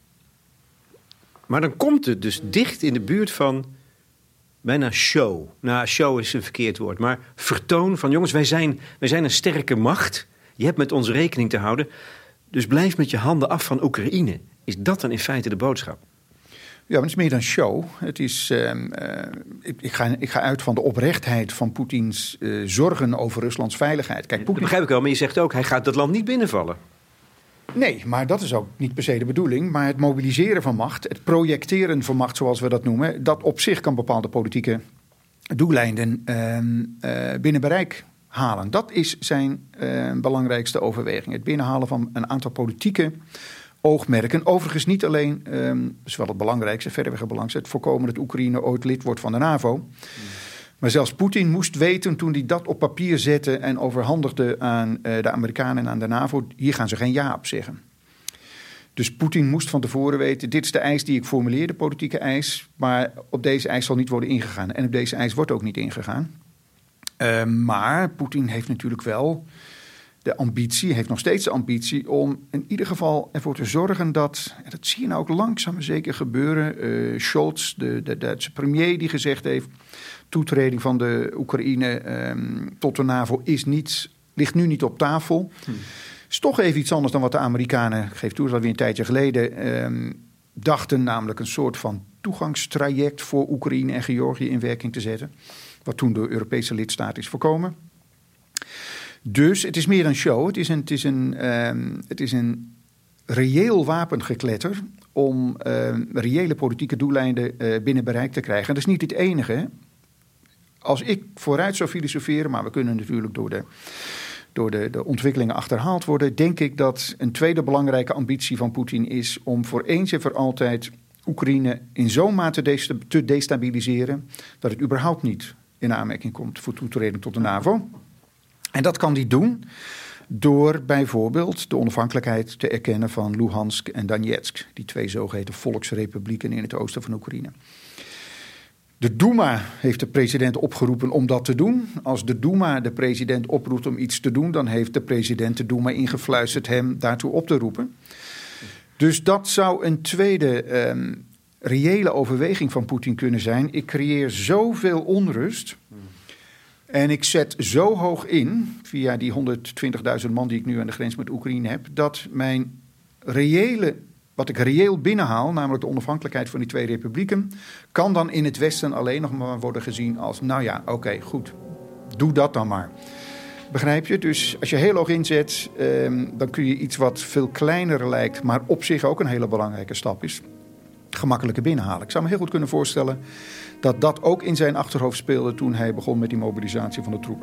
Maar dan komt het dus dicht in de buurt van bijna show. Nou, show is een verkeerd woord, maar vertoon van jongens, wij zijn, wij zijn een sterke macht. Je hebt met ons rekening te houden. Dus blijf met je handen af van Oekraïne. Is dat dan in feite de boodschap? Ja, maar het is meer dan show. Het is, uh, uh, ik, ik, ga, ik ga uit van de oprechtheid van Poetins uh, zorgen over Ruslands veiligheid. Kijk, Poetin... Dat begrijp ik wel, maar je zegt ook, hij gaat dat land niet binnenvallen. Nee, maar dat is ook niet per se de bedoeling. Maar het mobiliseren van macht, het projecteren van macht, zoals we dat noemen, dat op zich kan bepaalde politieke doeleinden uh, uh, binnen bereik halen. Dat is zijn uh, belangrijkste overweging. Het binnenhalen van een aantal politieke oogmerken. Overigens niet alleen, um, dat is wel het belangrijkste, verreweg het belangrijkste, het voorkomen dat Oekraïne ooit lid wordt van de NAVO. Mm. Maar zelfs Poetin moest weten, toen hij dat op papier zette en overhandigde aan uh, de Amerikanen en aan de NAVO, hier gaan ze geen ja op zeggen. Dus Poetin moest van tevoren weten, dit is de eis die ik formuleer, de politieke eis, maar op deze eis zal niet worden ingegaan. En op deze eis wordt ook niet ingegaan. Uh, maar Poetin heeft natuurlijk wel de ambitie, heeft nog steeds de ambitie om in ieder geval ervoor te zorgen dat, en dat zie je nou ook langzaam maar zeker gebeuren, uh, Scholz, de, de Duitse premier, die gezegd heeft, toetreding van de Oekraïne um, tot de NAVO is niet, ligt nu niet op tafel. Hmm. Is toch even iets anders dan wat de Amerikanen, ik geef toe, dat alweer een tijdje geleden, um, dachten, namelijk een soort van toegangstraject voor Oekraïne en Georgië in werking te zetten. Wat toen door Europese lidstaten is voorkomen. Dus het is meer een show. Het is een, het is een, um, het is een reëel wapengekletter om um, reële politieke doeleinden uh, binnen bereik te krijgen. En dat is niet het enige. Als ik vooruit zou filosoferen, maar we kunnen natuurlijk door de, door de, de ontwikkelingen achterhaald worden, denk ik dat een tweede belangrijke ambitie van Poetin is om voor eens en voor altijd Oekraïne in zo'n mate te destabiliseren dat het überhaupt niet in aanmerking komt voor toetreding tot de NAVO. En dat kan hij doen door bijvoorbeeld de onafhankelijkheid te erkennen van Luhansk en Donetsk, die twee zogeheten volksrepublieken in het oosten van Oekraïne. De Duma heeft de president opgeroepen om dat te doen. Als de Duma de president oproept om iets te doen, dan heeft de president de Duma ingefluisterd hem daartoe op te roepen. Dus dat zou een tweede um, reële overweging van Poetin kunnen zijn. Ik creëer zoveel onrust en ik zet zo hoog in, via die honderdtwintigduizend man die ik nu aan de grens met Oekraïne heb, dat mijn reële, wat ik reëel binnenhaal, namelijk de onafhankelijkheid van die twee republieken, kan dan in het Westen alleen nog maar worden gezien als, nou ja, oké, okay, goed, doe dat dan maar. Begrijp je? Dus als je heel hoog inzet, um, dan kun je iets wat veel kleiner lijkt, maar op zich ook een hele belangrijke stap is, gemakkelijker binnenhalen. Ik zou me heel goed kunnen voorstellen dat dat ook in zijn achterhoofd speelde toen hij begon met die mobilisatie van de troepen.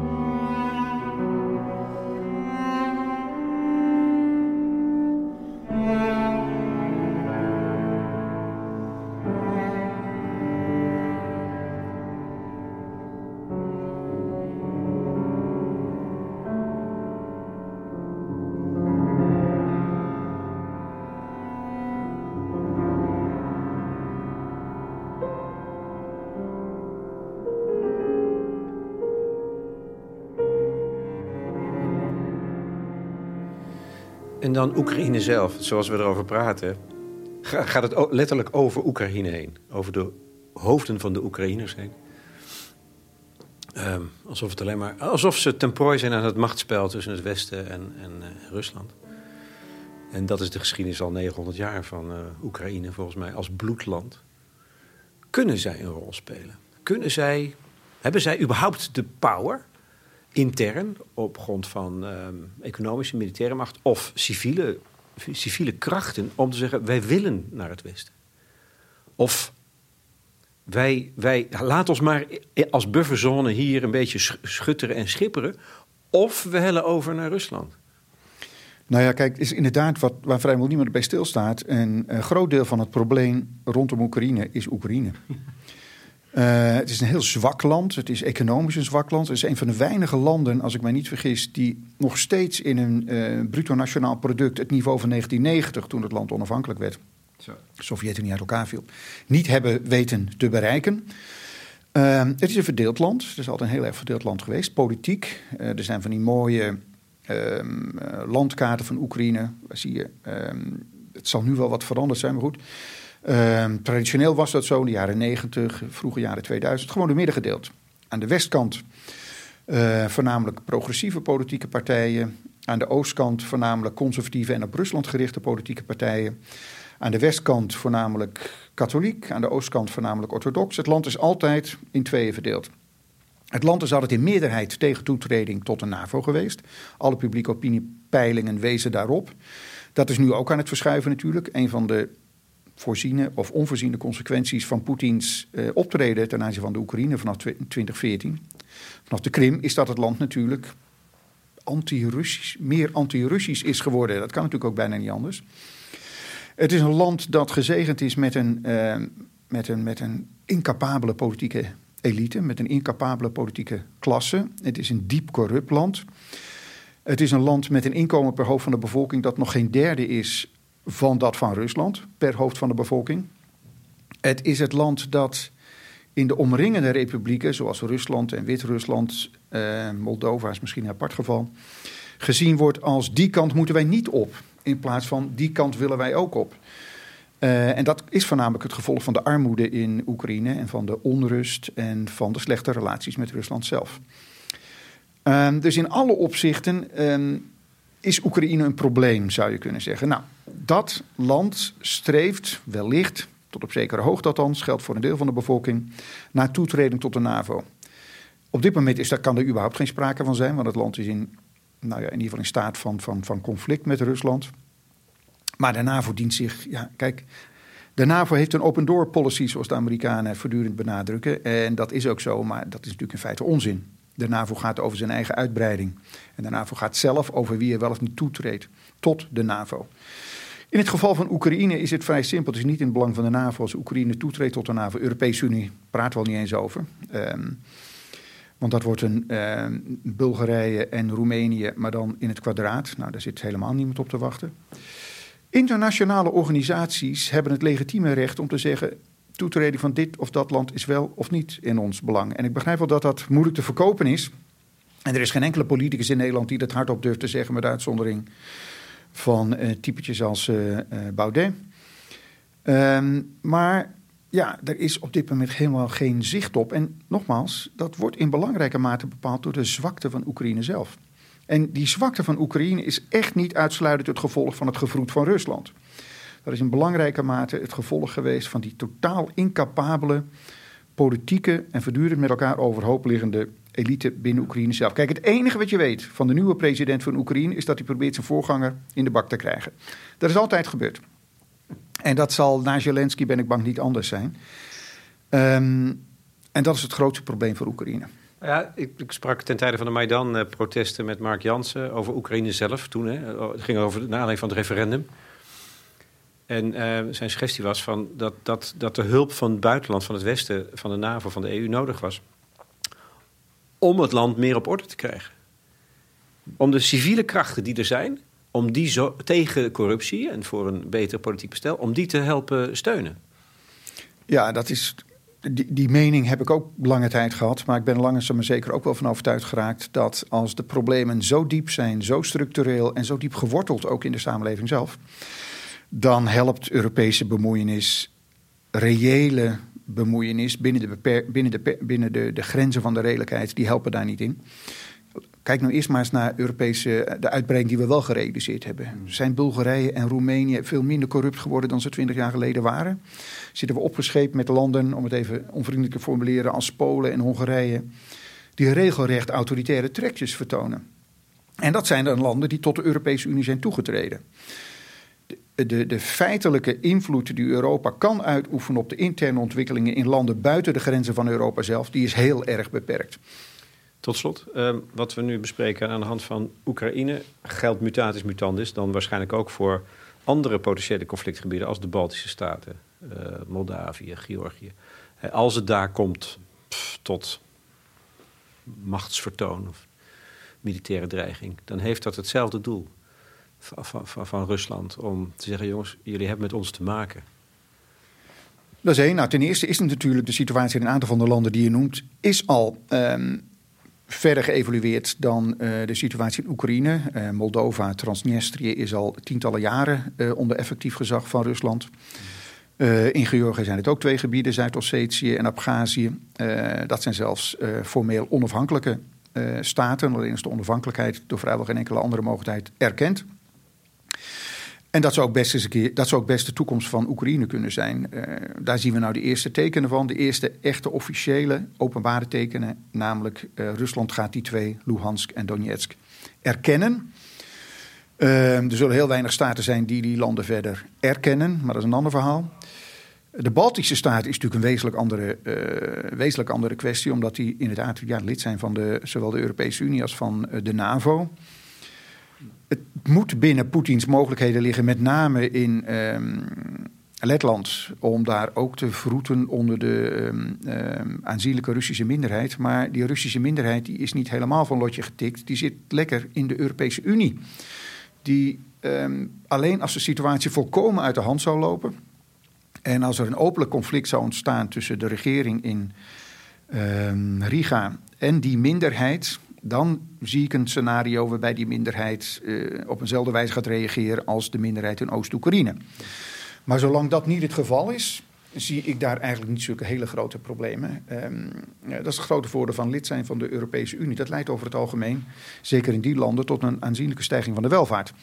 En dan Oekraïne zelf, zoals we erover praten, gaat het letterlijk over Oekraïne heen. Over de hoofden van de Oekraïners heen. Um, alsof, het alleen maar, alsof ze ten prooi zijn aan het machtsspel tussen het Westen en, en uh, Rusland. En dat is de geschiedenis al negenhonderd jaar van uh, Oekraïne, volgens mij, als bloedland. Kunnen zij een rol spelen? Kunnen zij, hebben zij überhaupt de power, intern, op grond van um, economische, militaire macht of civiele, civiele krachten, om te zeggen, wij willen naar het Westen? Of wij, wij laat ons maar als bufferzone hier een beetje schutteren en schipperen, of we hellen over naar Rusland? Nou ja, kijk, het is inderdaad wat, waar vrijwel niemand bij stilstaat. En een groot deel van het probleem rondom Oekraïne is Oekraïne. Uh, het is een heel zwak land. Het is economisch een zwak land. Het is een van de weinige landen, als ik mij niet vergis, die nog steeds in een uh, bruto nationaal product het niveau van negentien negentig, toen het land onafhankelijk werd, Zo. de Sovjet-Unie uit elkaar viel, niet hebben weten te bereiken. Uh, het is een verdeeld land. Het is altijd een heel erg verdeeld land geweest. Politiek. Uh, er zijn van die mooie um, uh, landkaarten van Oekraïne. Waar zie je, um, het zal nu wel wat veranderd zijn, maar goed. Um, traditioneel was dat zo in de jaren negentig, vroege jaren tweeduizend, gewoon de middengedeelte. Aan de westkant uh, voornamelijk progressieve politieke partijen. Aan de oostkant voornamelijk conservatieve en op Rusland gerichte politieke partijen. Aan de westkant voornamelijk katholiek, aan de oostkant voornamelijk orthodox. Het land is altijd in tweeën verdeeld. Het land is altijd in meerderheid tegen toetreding tot de NAVO geweest. Alle publieke opiniepeilingen wezen daarop. Dat is nu ook aan het verschuiven natuurlijk. Een van de voorziene of onvoorziene consequenties van Poetins uh, optreden ten aanzien van de Oekraïne vanaf twintig veertien vanaf de Krim is dat het land natuurlijk anti-Russisch, meer anti-Russisch is geworden. Dat kan natuurlijk ook bijna niet anders. Het is een land dat gezegend is met een, uh, met een, met een incapabele politieke elite, met een incapabele politieke klasse. Het is een diep corrupt land. Het is een land met een inkomen per hoofd van de bevolking dat nog geen derde is van dat van Rusland, per hoofd van de bevolking. Het is het land dat in de omringende republieken, zoals Rusland en Wit-Rusland, uh, Moldova is misschien een apart geval, gezien wordt als die kant moeten wij niet op, in plaats van die kant willen wij ook op. Uh, en dat is voornamelijk het gevolg van de armoede in Oekraïne en van de onrust en van de slechte relaties met Rusland zelf. Um, dus in alle opzichten um, is Oekraïne een probleem, zou je kunnen zeggen. Nou, dat land streeft wellicht, tot op zekere hoogte althans, geldt voor een deel van de bevolking, naar toetreding tot de NAVO. Op dit moment is, daar kan er überhaupt geen sprake van zijn, want het land is in, nou ja, in ieder geval in staat van, van, van conflict met Rusland. Maar de NAVO dient zich, ja, kijk, de NAVO heeft een open door policy, zoals de Amerikanen voortdurend benadrukken. En dat is ook zo, maar dat is natuurlijk in feite onzin. De NAVO gaat over zijn eigen uitbreiding. En de NAVO gaat zelf over wie er wel of niet toetreedt tot de NAVO. In het geval van Oekraïne is het vrij simpel. Het is niet in het belang van de NAVO als Oekraïne toetreedt tot de NAVO. De Europese Unie praat wel niet eens over. Um, want dat wordt een uh, Bulgarije en Roemenië, maar dan in het kwadraat. Nou, daar zit helemaal niemand op te wachten. Internationale organisaties hebben het legitieme recht om te zeggen, toetreding van dit of dat land is wel of niet in ons belang. En ik begrijp wel dat dat moeilijk te verkopen is. En er is geen enkele politicus in Nederland die dat hardop durft te zeggen, met uitzondering van uh, typetjes als uh, uh, Baudet. Um, maar ja, er is op dit moment helemaal geen zicht op. En nogmaals, dat wordt in belangrijke mate bepaald door de zwakte van Oekraïne zelf. En die zwakte van Oekraïne is echt niet uitsluitend het gevolg van het gewroet van Rusland. Dat is in belangrijke mate het gevolg geweest van die totaal incapabele politieke en voortdurend met elkaar overhoop liggende elite binnen Oekraïne zelf. Kijk, het enige wat je weet van de nieuwe president van Oekraïne is dat hij probeert zijn voorganger in de bak te krijgen. Dat is altijd gebeurd. En dat zal na Zelensky, ben ik bang, niet anders zijn. Um, en dat is het grootste probleem voor Oekraïne. Ja, ik, ik sprak ten tijde van de Maidan-protesten met Mark Jansen over Oekraïne zelf toen. Hè. Het ging over de aanleiding van het referendum. En uh, zijn suggestie was van dat, dat, dat de hulp van het buitenland, van het Westen, van de NAVO, van de E U nodig was om het land meer op orde te krijgen. Om de civiele krachten die er zijn, om die zo, tegen corruptie en voor een beter politiek bestel, om die te helpen steunen. Ja, dat is, die, die mening heb ik ook lange tijd gehad. Maar ik ben er langzaam maar zeker ook wel van overtuigd geraakt dat als de problemen zo diep zijn, zo structureel en zo diep geworteld ook in de samenleving zelf, dan helpt Europese bemoeienis, reële bemoeienis binnen, de, beper, binnen, de, binnen de, de grenzen van de redelijkheid, die helpen daar niet in. Kijk nou eerst maar eens naar Europese, de uitbreiding die we wel gerealiseerd hebben. Zijn Bulgarije en Roemenië veel minder corrupt geworden dan ze twintig jaar geleden waren? Zitten we opgescheept met landen, om het even onvriendelijk te formuleren, als Polen en Hongarije, die regelrecht autoritaire trekjes vertonen? En dat zijn dan landen die tot de Europese Unie zijn toegetreden. De, de, de feitelijke invloed die Europa kan uitoefenen op de interne ontwikkelingen in landen buiten de grenzen van Europa zelf, die is heel erg beperkt. Tot slot, uh, wat we nu bespreken aan de hand van Oekraïne geldt mutatis mutandis dan waarschijnlijk ook voor andere potentiële conflictgebieden als de Baltische Staten, uh, Moldavië, Georgië. Uh, als het daar komt pff, tot machtsvertoon of militaire dreiging, dan heeft dat hetzelfde doel van, van, van Rusland om te zeggen, jongens, jullie hebben met ons te maken. Dat is één. Nou, ten eerste is het natuurlijk de situatie in een aantal van de landen die je noemt, is al Um, verder geëvolueerd dan uh, de situatie in Oekraïne. Uh, Moldova, Transnistrië is al tientallen jaren uh, onder effectief gezag van Rusland. Uh, in Georgië zijn het ook twee gebieden, Zuid-Ossetië en Abhazie. Uh, dat zijn zelfs uh, formeel onafhankelijke uh, staten. Alleen is de onafhankelijkheid door vrijwel geen enkele andere mogelijkheid erkend. En dat zou ook best eens een keer, dat zou ook best de toekomst van Oekraïne kunnen zijn. Uh, daar zien we nou de eerste tekenen van. De eerste echte officiële openbare tekenen. Namelijk uh, Rusland gaat die twee, Luhansk en Donetsk, erkennen. Uh, er zullen heel weinig staten zijn die die landen verder erkennen. Maar dat is een ander verhaal. De Baltische staat is natuurlijk een wezenlijk andere, uh, wezenlijk andere kwestie, omdat die inderdaad ja, lid zijn van de, zowel de Europese Unie als van uh, de NAVO. Het moet binnen Poetins mogelijkheden liggen, met name in um, Letland, om daar ook te vroeten onder de um, um, aanzienlijke Russische minderheid. Maar die Russische minderheid die is niet helemaal van lotje getikt. Die zit lekker in de Europese Unie. Die um, alleen als de situatie volkomen uit de hand zou lopen en als er een openlijk conflict zou ontstaan tussen de regering in um, Riga en die minderheid, dan zie ik een scenario waarbij die minderheid uh, op eenzelfde wijze gaat reageren als de minderheid in Oost-Oekraïne. Maar zolang dat niet het geval is, zie ik daar eigenlijk niet zulke hele grote problemen. Um, ja, dat is het grote voordeel van lid zijn van de Europese Unie. Dat leidt over het algemeen, zeker in die landen, tot een aanzienlijke stijging van de welvaart.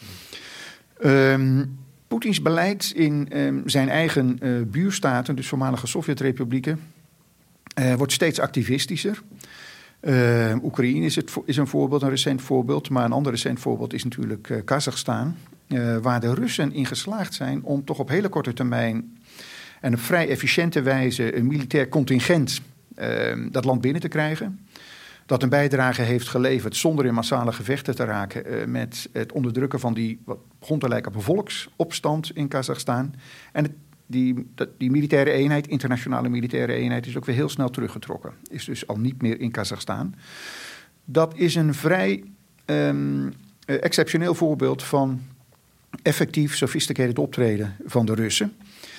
Um, Poetins beleid in um, zijn eigen uh, buurstaten, dus voormalige Sovjetrepublieken, uh, wordt steeds activistischer. Uh, Oekraïne is, het, is een voorbeeld, een recent voorbeeld. Maar een ander recent voorbeeld is natuurlijk uh, Kazachstan. Uh, waar de Russen in geslaagd zijn om toch op hele korte termijn en op vrij efficiënte wijze een militair contingent uh, dat land binnen te krijgen. Dat een bijdrage heeft geleverd zonder in massale gevechten te raken uh, met het onderdrukken van die, wat begon te lijken op een volksopstand in Kazachstan. En het, die, dat, die militaire eenheid, internationale militaire eenheid, is ook weer heel snel teruggetrokken. Is dus al niet meer in Kazachstan. Dat is een vrij um, uh, exceptioneel voorbeeld van effectief, sophisticated optreden van de Russen.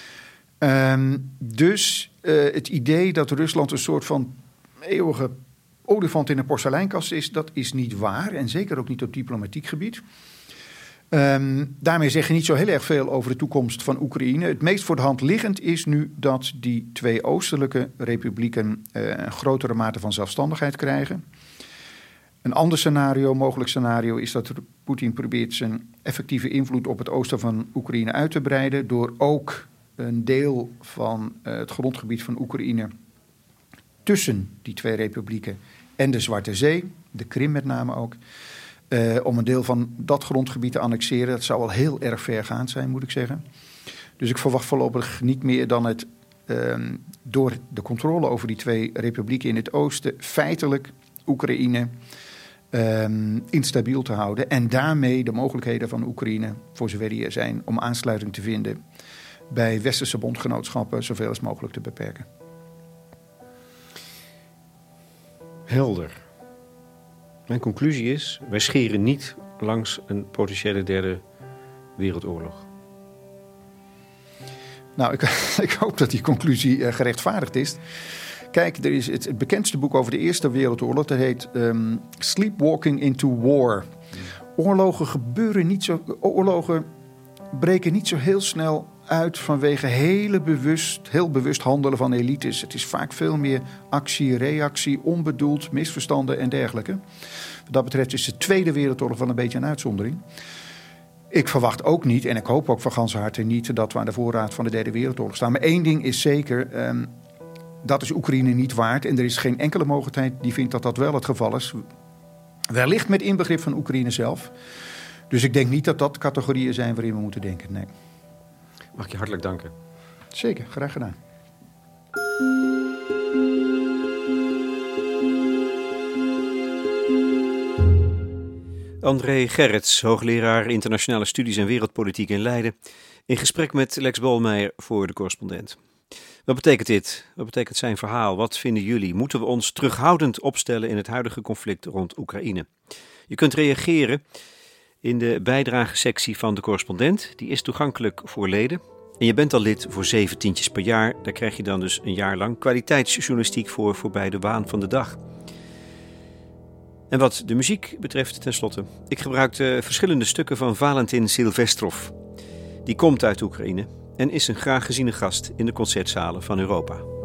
Um, dus uh, het idee dat Rusland een soort van eeuwige olifant in een porseleinkast is, dat is niet waar. En zeker ook niet op diplomatiek gebied. Um, daarmee zeg je niet zo heel erg veel over de toekomst van Oekraïne. Het meest voor de hand liggend is nu dat die twee oostelijke republieken uh, een grotere mate van zelfstandigheid krijgen. Een ander scenario, mogelijk scenario, is dat Poetin probeert zijn effectieve invloed op het oosten van Oekraïne uit te breiden door ook een deel van uh, het grondgebied van Oekraïne tussen die twee republieken en de Zwarte Zee, de Krim met name ook, uh, om een deel van dat grondgebied te annexeren. Dat zou al heel erg vergaand zijn, moet ik zeggen. Dus ik verwacht voorlopig niet meer dan het uh, door de controle over die twee republieken in het oosten feitelijk Oekraïne Um, instabiel te houden en daarmee de mogelijkheden van Oekraïne, voor zover die er zijn, om aansluiting te vinden bij westerse bondgenootschappen zoveel als mogelijk te beperken. Helder. Mijn conclusie is, wij scheren niet langs een potentiële derde wereldoorlog. Nou, ik, ik hoop dat die conclusie uh, gerechtvaardigd is. Kijk, er is het, het bekendste boek over de Eerste Wereldoorlog. Dat heet um, Sleepwalking into War. Oorlogen gebeuren niet zo. Oorlogen breken niet zo heel snel uit vanwege hele bewust, heel bewust handelen van elites. Het is vaak veel meer actie, reactie, onbedoeld, misverstanden en dergelijke. Wat dat betreft is de Tweede Wereldoorlog wel een beetje een uitzondering. Ik verwacht ook niet, en ik hoop ook van ganse harte niet, dat we aan de voorraad van de Derde Wereldoorlog staan. Maar één ding is zeker. Um, Dat is Oekraïne niet waard. En er is geen enkele mogelijkheid die vindt dat dat wel het geval is. Wellicht met inbegrip van Oekraïne zelf. Dus ik denk niet dat dat categorieën zijn waarin we moeten denken. Nee. Mag ik je hartelijk danken. Zeker, graag gedaan. André Gerrits, hoogleraar internationale studies en wereldpolitiek in Leiden, in gesprek met Lex Bolmeijer voor De Correspondent. Wat betekent dit? Wat betekent zijn verhaal? Wat vinden jullie? Moeten we ons terughoudend opstellen in het huidige conflict rond Oekraïne? Je kunt reageren in de bijdragesectie van De Correspondent. Die is toegankelijk voor leden. En je bent al lid voor zeven tientjes per jaar. Daar krijg je dan dus een jaar lang kwaliteitsjournalistiek voor voorbij de waan van de dag. En wat de muziek betreft tenslotte. Ik gebruikte verschillende stukken van Valentin Silvestrov. Die komt uit Oekraïne en is een graag geziene gast in de concertzalen van Europa.